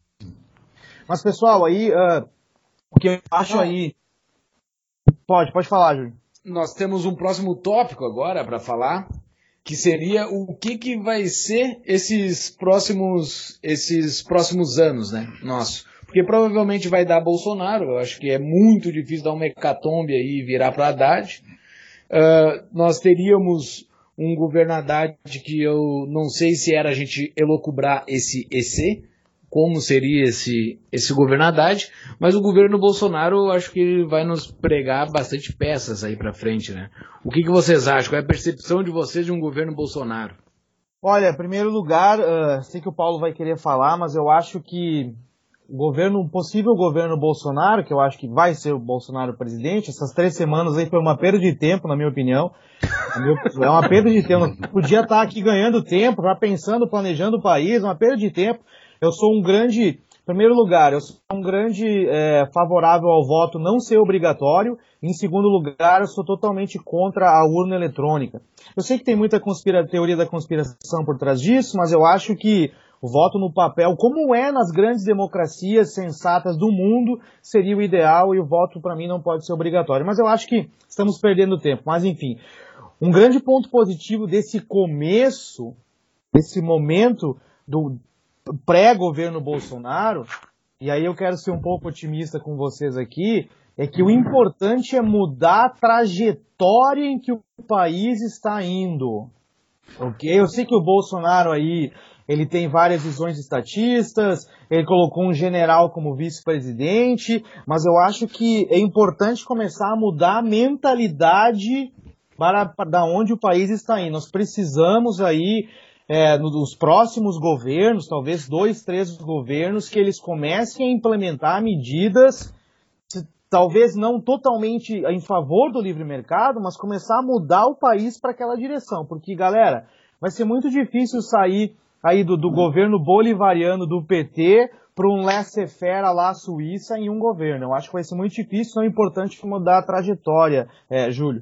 Mas, pessoal, aí, uh, o que eu acho aí... Pode, pode falar, Júlio. Nós temos um próximo tópico agora para falar, que seria o que, que vai ser esses próximos, esses próximos anos, né, nosso. Porque provavelmente vai dar Bolsonaro, eu acho que é muito difícil dar uma hecatombe aí e virar para Haddad. Uh, nós teríamos um governo Haddad que eu não sei se era a gente elocubrar esse E C, como seria esse, esse governo Haddad, mas o governo Bolsonaro eu acho que vai nos pregar bastante peças aí para frente, né? O que, que vocês acham? Qual é a percepção de vocês de um governo Bolsonaro? Olha, em primeiro lugar, uh, sei que o Paulo vai querer falar, mas eu acho que o governo, um possível governo Bolsonaro, que eu acho que vai ser o Bolsonaro presidente, essas três semanas aí foi uma perda de tempo, na minha opinião. É uma perda de tempo. Podia estar aqui ganhando tempo, já pensando, planejando o país, uma perda de tempo. Eu sou um grande, em primeiro lugar, eu sou um grande é, favorável ao voto não ser obrigatório. Em segundo lugar, eu sou totalmente contra a urna eletrônica. Eu sei que tem muita conspira, teoria da conspiração por trás disso, mas eu acho que o voto no papel, como é nas grandes democracias sensatas do mundo, seria o ideal e o voto para mim não pode ser obrigatório. Mas eu acho que estamos perdendo tempo. Mas enfim, um grande ponto positivo desse começo, desse momento do pré-governo Bolsonaro, e aí eu quero ser um pouco otimista com vocês aqui, é que o importante é mudar a trajetória em que o país está indo. Ok? Eu sei que o Bolsonaro aí ele tem várias visões estatistas, ele colocou um general como vice-presidente, mas eu acho que é importante começar a mudar a mentalidade para, para da onde o país está indo. Nós precisamos aí, é, nos próximos governos, talvez dois, três governos, que eles comecem a implementar medidas, talvez não totalmente em favor do livre mercado, mas começar a mudar o país para aquela direção. Porque, galera, vai ser muito difícil sair aí do, do governo bolivariano do P T para um laissez-faire lá Suíça em um governo. Eu acho que vai ser muito difícil, não é importante mudar a trajetória, é, Júlio.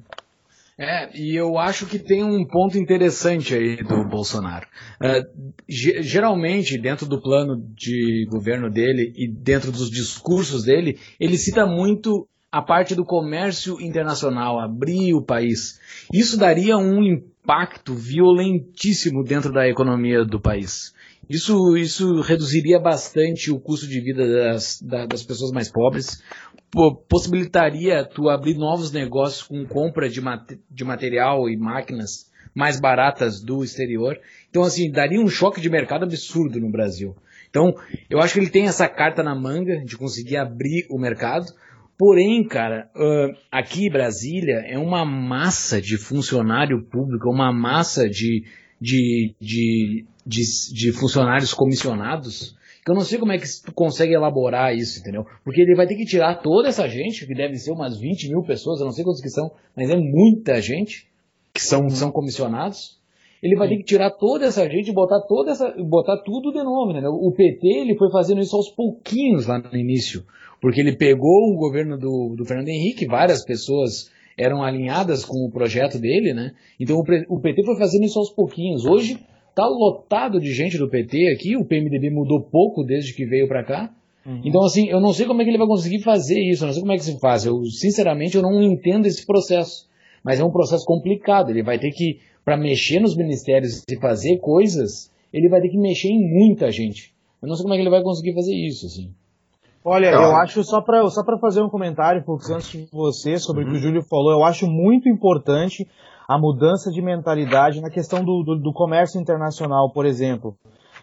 É, e eu acho que tem um ponto interessante aí do Bolsonaro. Uh, geralmente, dentro do plano de governo dele e dentro dos discursos dele, ele cita muito a parte do comércio internacional, abrir o país. Isso daria um impacto violentíssimo dentro da economia do país. Isso, isso reduziria bastante o custo de vida das, das pessoas mais pobres, possibilitaria tu abrir novos negócios com compra de, mat de material e máquinas mais baratas do exterior. Então, assim, daria um choque de mercado absurdo no Brasil. Então, eu acho que ele tem essa carta na manga de conseguir abrir o mercado. Porém, cara, uh, aqui em Brasília é uma massa de funcionário público, uma massa de, de, de, de, de funcionários comissionados, que eu não sei como é que tu consegue elaborar isso, entendeu? Porque ele vai ter que tirar toda essa gente, que deve ser umas vinte mil pessoas, eu não sei quantos que são, mas é muita gente que são, são comissionados. Ele vai ter que tirar toda essa gente e botar, toda essa, botar tudo de novo, entendeu? O P T ele foi fazendo isso aos pouquinhos lá no início. Porque ele pegou o governo do, do Fernando Henrique, várias pessoas eram alinhadas com o projeto dele, né? Então o, o P T foi fazendo isso aos pouquinhos. Hoje tá lotado de gente do P T aqui, o P M D B mudou pouco desde que veio para cá. Uhum. Então assim, eu não sei como é que ele vai conseguir fazer isso, eu não sei como é que se faz. Eu, sinceramente, eu não entendo esse processo. Mas é um processo complicado, ele vai ter que, para mexer nos ministérios e fazer coisas, ele vai ter que mexer em muita gente. Eu não sei como é que ele vai conseguir fazer isso, assim. Olha, eu acho, só para só para fazer um comentário, Fux, antes de você, sobre uhum. o que o Júlio falou, eu acho muito importante a mudança de mentalidade na questão do, do, do comércio internacional, por exemplo.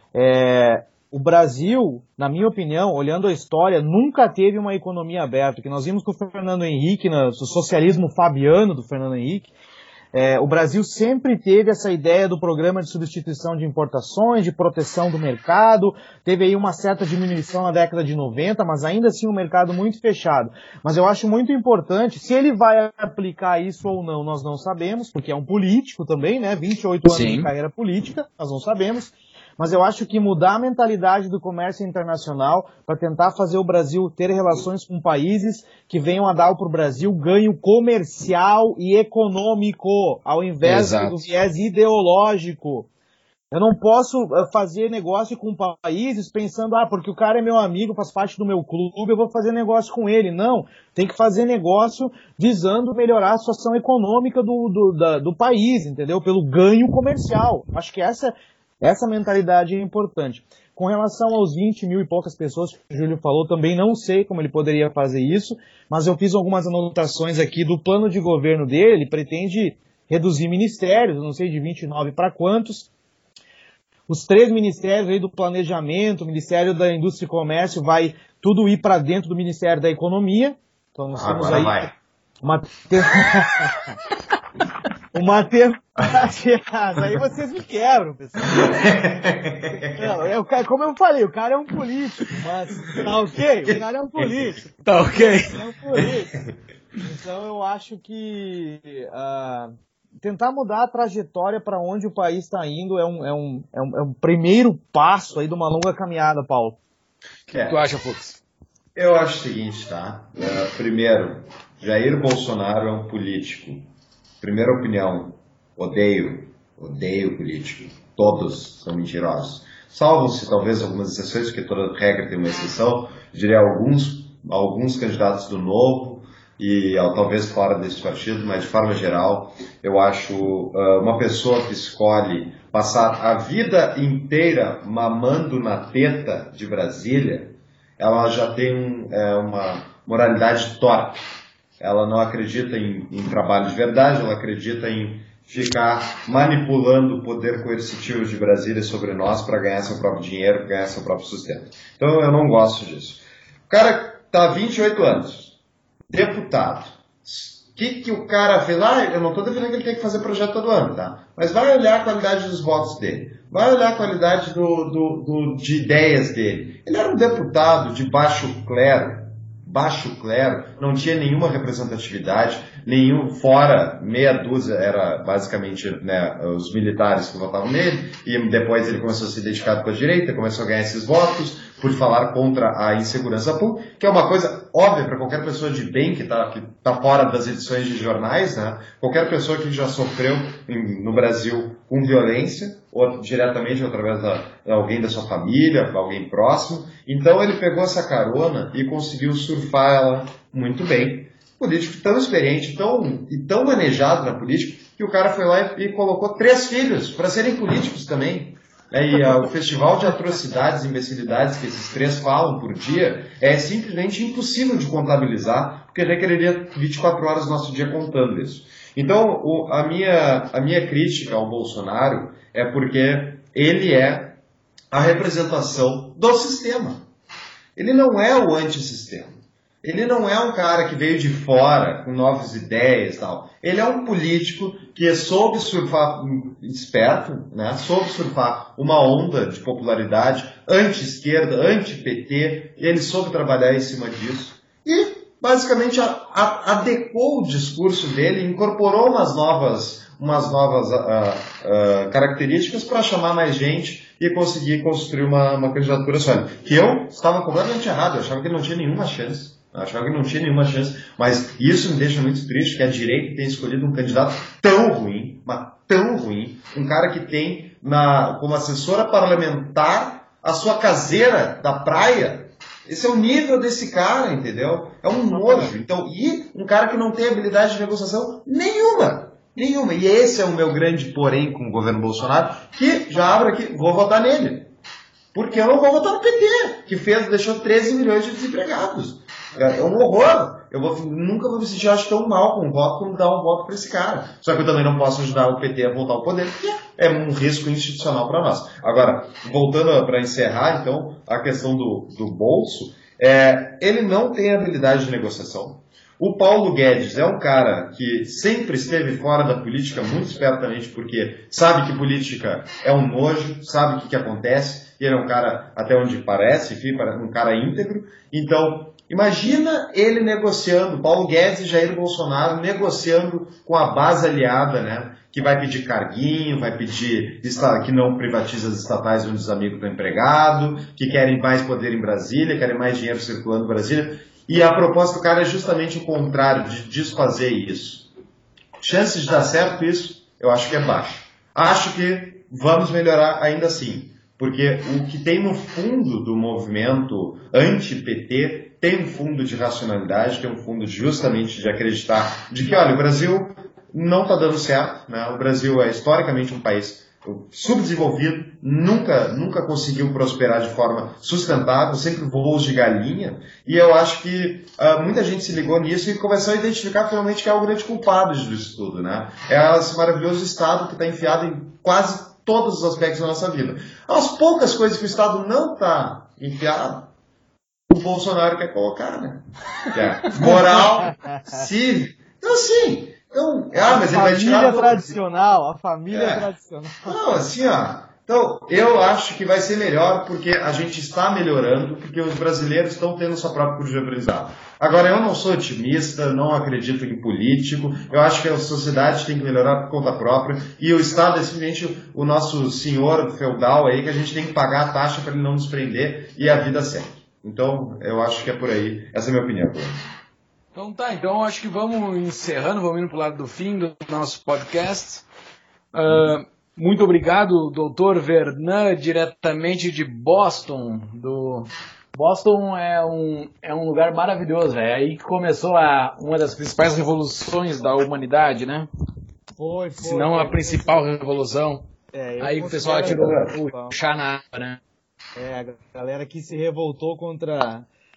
É, o Brasil, na minha opinião, olhando a história, nunca teve uma economia aberta, que nós vimos com o Fernando Henrique, no socialismo fabiano do Fernando Henrique. É, o Brasil sempre teve essa ideia do programa de substituição de importações, de proteção do mercado, teve aí uma certa diminuição na década de noventa, mas ainda assim um mercado muito fechado. Mas eu acho muito importante, se ele vai aplicar isso ou não, nós não sabemos, porque é um político também, né, vinte e oito anos Sim. de carreira política, nós não sabemos. Mas eu acho que mudar a mentalidade do comércio internacional para tentar fazer o Brasil ter relações com países que venham a dar para o Brasil ganho comercial e econômico, ao invés Exato. do viés ideológico. Eu não posso fazer negócio com países pensando, ah, porque o cara é meu amigo, faz parte do meu clube, eu vou fazer negócio com ele. Não, tem que fazer negócio visando melhorar a situação econômica do, do, da, do país, entendeu? Pelo ganho comercial. Acho que essa... Essa mentalidade é importante. Com relação aos vinte mil e poucas pessoas que o Júlio falou, também não sei como ele poderia fazer isso, mas eu fiz algumas anotações aqui do plano de governo dele. Ele pretende reduzir ministérios, não sei de vinte e nove para quantos. Os três ministérios aí do planejamento, o Ministério da Indústria e Comércio, vai tudo ir para dentro do Ministério da Economia. Então nós temos aí vai. uma... Uma tentativa. Aí vocês me quebram, pessoal. Não, eu, como eu falei, o cara é um político, mas tá ok? O cara é um político. Tá ok? É um político. Então eu acho que uh, tentar mudar a trajetória para onde o país está indo é um, é, um, é, um, é um primeiro passo aí de uma longa caminhada, Paulo. O que é. tu acha, Fux? Eu acho o seguinte, tá? Uh, primeiro, Jair Bolsonaro é um político. Primeira opinião, odeio, odeio político. Todos são mentirosos. Salvam-se talvez algumas exceções, porque toda regra tem uma exceção. Eu diria alguns, alguns candidatos do Novo e talvez fora desse partido, mas de forma geral, eu acho uh, uma pessoa que escolhe passar a vida inteira mamando na teta de Brasília, ela já tem um, é, uma moralidade torta. Ela não acredita em, em trabalho de verdade, ela acredita em ficar manipulando o poder coercitivo de Brasília sobre nós para ganhar seu próprio dinheiro, para ganhar seu próprio sustento. Então eu não gosto disso. O cara está há vinte e oito anos, deputado. O que, que o cara fez? Ah, eu não estou defendendo que ele tem que fazer projeto todo ano, tá? Mas vai olhar a qualidade dos votos dele. Vai olhar a qualidade do, do, do, de ideias dele. Ele era um deputado de baixo clero. Baixo clero, não tinha nenhuma representatividade, nenhum, fora meia dúzia, era basicamente, né, os militares que votavam nele, e depois ele começou a se identificar com a direita, começou a ganhar esses votos por falar contra a insegurança pública, que é uma coisa óbvia para qualquer pessoa de bem que está que tá fora das edições de jornais, né? Qualquer pessoa que já sofreu em, no Brasil com violência, ou diretamente ou através de alguém da sua família, alguém próximo. Então ele pegou essa carona e conseguiu surfar ela muito bem. Político tão experiente, tão, e tão manejado na política, que o cara foi lá e, e colocou três filhos para serem políticos também. E uh, o festival de atrocidades e imbecilidades que esses três falam por dia é simplesmente impossível de contabilizar, porque requeriria vinte e quatro horas do nosso dia contando isso. Então, o, a, minha, a minha crítica ao Bolsonaro é porque ele é a representação do sistema. Ele não é o antissistema. Ele não é um cara que veio de fora com novas ideias e tal. Ele é um político que soube surfar, esperto, né? Soube surfar uma onda de popularidade anti-esquerda, anti-P T. Ele soube trabalhar em cima disso. E, basicamente, a, a, adequou o discurso dele, incorporou umas novas, umas novas uh, uh, características para chamar mais gente e conseguir construir uma, uma candidatura sólida. Que eu estava completamente errado. Eu achava que ele não tinha nenhuma chance. Eu achava que não tinha nenhuma chance, mas isso me deixa muito triste, que a direita tenha escolhido um candidato tão ruim, mas tão ruim, um cara que tem na, como assessora parlamentar a sua caseira da praia. Esse é o nível desse cara, entendeu? É um nojo. Então, e um cara que não tem habilidade de negociação nenhuma. Nenhuma. E esse é o meu grande porém com o governo Bolsonaro, que já abro aqui, vou votar nele. Porque eu não vou votar no P T, que fez, deixou treze milhões de desempregados. É um horror. Eu vou, nunca vou me sentir, acho, tão mal com um voto como dar um voto para esse cara. Só que eu também não posso ajudar o P T a voltar ao poder, porque é um risco institucional para nós. Agora, voltando para encerrar, então, a questão do, do bolso, é, ele não tem habilidade de negociação. O Paulo Guedes é um cara que sempre esteve fora da política muito espertamente, porque sabe que política é um nojo, sabe o que, que acontece, e ele é um cara, até onde parece, enfim, um cara íntegro. Então, imagina ele negociando, Paulo Guedes e Jair Bolsonaro negociando com a base aliada, né? Que vai pedir carguinho, vai pedir que não privatiza as estatais onde os amigos estão empregados, que querem mais poder em Brasília, querem mais dinheiro circulando em Brasília. E a proposta do cara é justamente o contrário, de desfazer isso. Chances de dar certo isso, eu acho que é baixo. Acho que vamos melhorar ainda assim. Porque o que tem no fundo do movimento anti-P T tem um fundo de racionalidade, tem um fundo justamente de acreditar de que, olha, o Brasil não está dando certo, né? O Brasil é historicamente um país subdesenvolvido, nunca, nunca conseguiu prosperar de forma sustentável, sempre voos de galinha, e eu acho que uh, muita gente se ligou nisso e começou a identificar finalmente que é o grande culpado disso tudo, né? É esse maravilhoso Estado que está enfiado em quase todos os aspectos da nossa vida. As poucas coisas que o Estado não está enfiado, o Bolsonaro quer colocar, né? Que é moral, cívica. Então, assim, então, ah, mas a ele vai tirar... família tradicional, a família é. tradicional. Não, assim, ó. Então, eu acho que vai ser melhor porque a gente está melhorando, porque os brasileiros estão tendo sua própria curva de aprendizado. Agora, eu não sou otimista, não acredito em político, eu acho que a sociedade tem que melhorar por conta própria, e o Estado é simplesmente o nosso senhor feudal aí, que a gente tem que pagar a taxa para ele não nos prender, e a vida segue. Então, eu acho que é por aí. Essa é a minha opinião. Então tá, então acho que vamos encerrando, vamos indo para o lado do fim do nosso podcast. Uh, muito obrigado, doutor Vernan, diretamente de Boston. Do... Boston é um, é um lugar maravilhoso, é aí que começou a, uma das principais revoluções da humanidade, né? Foi, foi. Se não a principal foi. revolução. É, aí o pessoal tirou o chá na água, né? É, a galera que se revoltou contra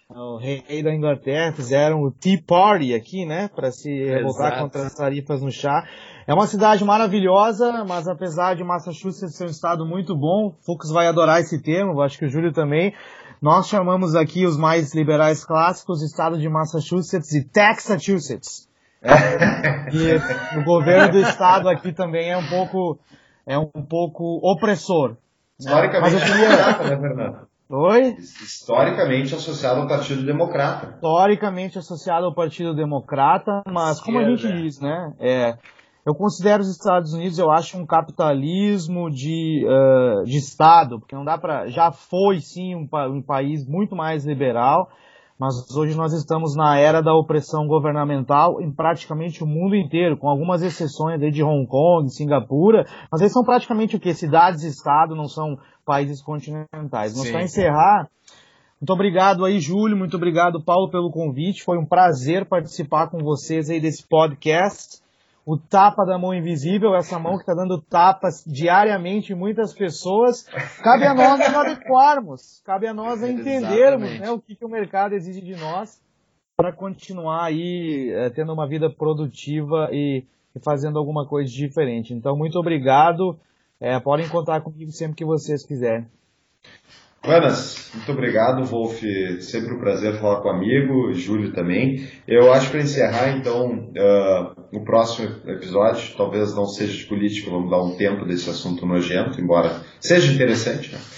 o rei da Inglaterra, fizeram o Tea Party aqui, né, para se revoltar Exato. Contra as tarifas no chá. É uma cidade maravilhosa, mas apesar de Massachusetts ser um estado muito bom, Fux vai adorar esse termo, acho que o Júlio também, nós chamamos aqui os mais liberais clássicos, estado de Massachusetts e Texachusetts. E o governo do estado aqui também é um pouco, é um pouco opressor. Historicamente né? queria... democrata, né, Fernando? Oi? Historicamente associado ao Partido Democrata. Historicamente associado ao Partido Democrata, mas como a gente é. diz, né? É, eu considero os Estados Unidos, eu acho um capitalismo de, uh, de Estado, porque não dá para, já foi sim um, um país muito mais liberal, mas hoje nós estamos na era da opressão governamental em praticamente o mundo inteiro, com algumas exceções aí de Hong Kong, Singapura, mas eles são praticamente o quê? Cidades-estado, não são países continentais. Mas para encerrar, muito obrigado aí, Júlio, muito obrigado, Paulo, pelo convite, foi um prazer participar com vocês aí desse podcast. O Tapa da Mão Invisível, essa mão que está dando tapas diariamente em muitas pessoas, cabe a nós nos adequarmos, cabe a nós a entendermos né, o que, que o mercado exige de nós para continuar aí é, tendo uma vida produtiva e, e fazendo alguma coisa diferente. Então, muito obrigado, é, podem contar comigo sempre que vocês quiserem. Buenas, muito obrigado, Wolf, sempre um prazer falar com o amigo, Júlio também. Eu acho que para encerrar, então, uh, o próximo episódio, talvez não seja de política, vamos dar um tempo desse assunto nojento, embora seja interessante. Né?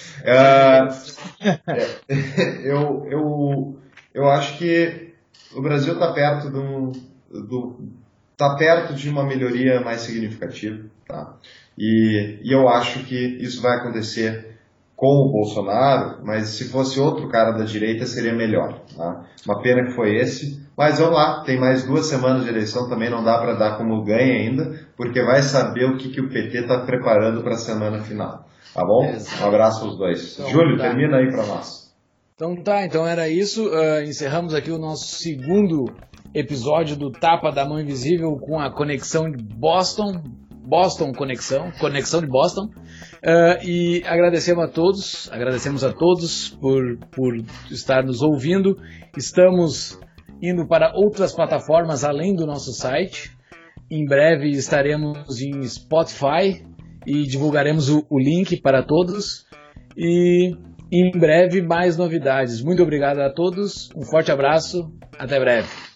Uh, eu, eu, eu acho que o Brasil está perto, de, um, do, tá perto de uma melhoria mais significativa, tá? E, e eu acho que isso vai acontecer com o Bolsonaro, mas se fosse outro cara da direita seria melhor. Tá? Uma pena que foi esse, mas vamos lá, tem mais duas semanas de eleição, também não dá para dar como ganha ainda, porque vai saber o que, que o P T está preparando para a semana final. Tá bom? Exato. Um abraço aos dois. Então, Júlio, tá. termina aí para nós. Então tá, então era isso. Uh, encerramos aqui o nosso segundo episódio do Tapa da Mão Invisível com a conexão de Boston. Boston Conexão, Conexão de Boston, uh, e agradecemos a todos, agradecemos a todos por, por estar nos ouvindo. Estamos indo para outras plataformas além do nosso site. Em breve estaremos em Spotify e divulgaremos o, o link para todos. E em breve mais novidades. Muito obrigado a todos, um forte abraço, até breve.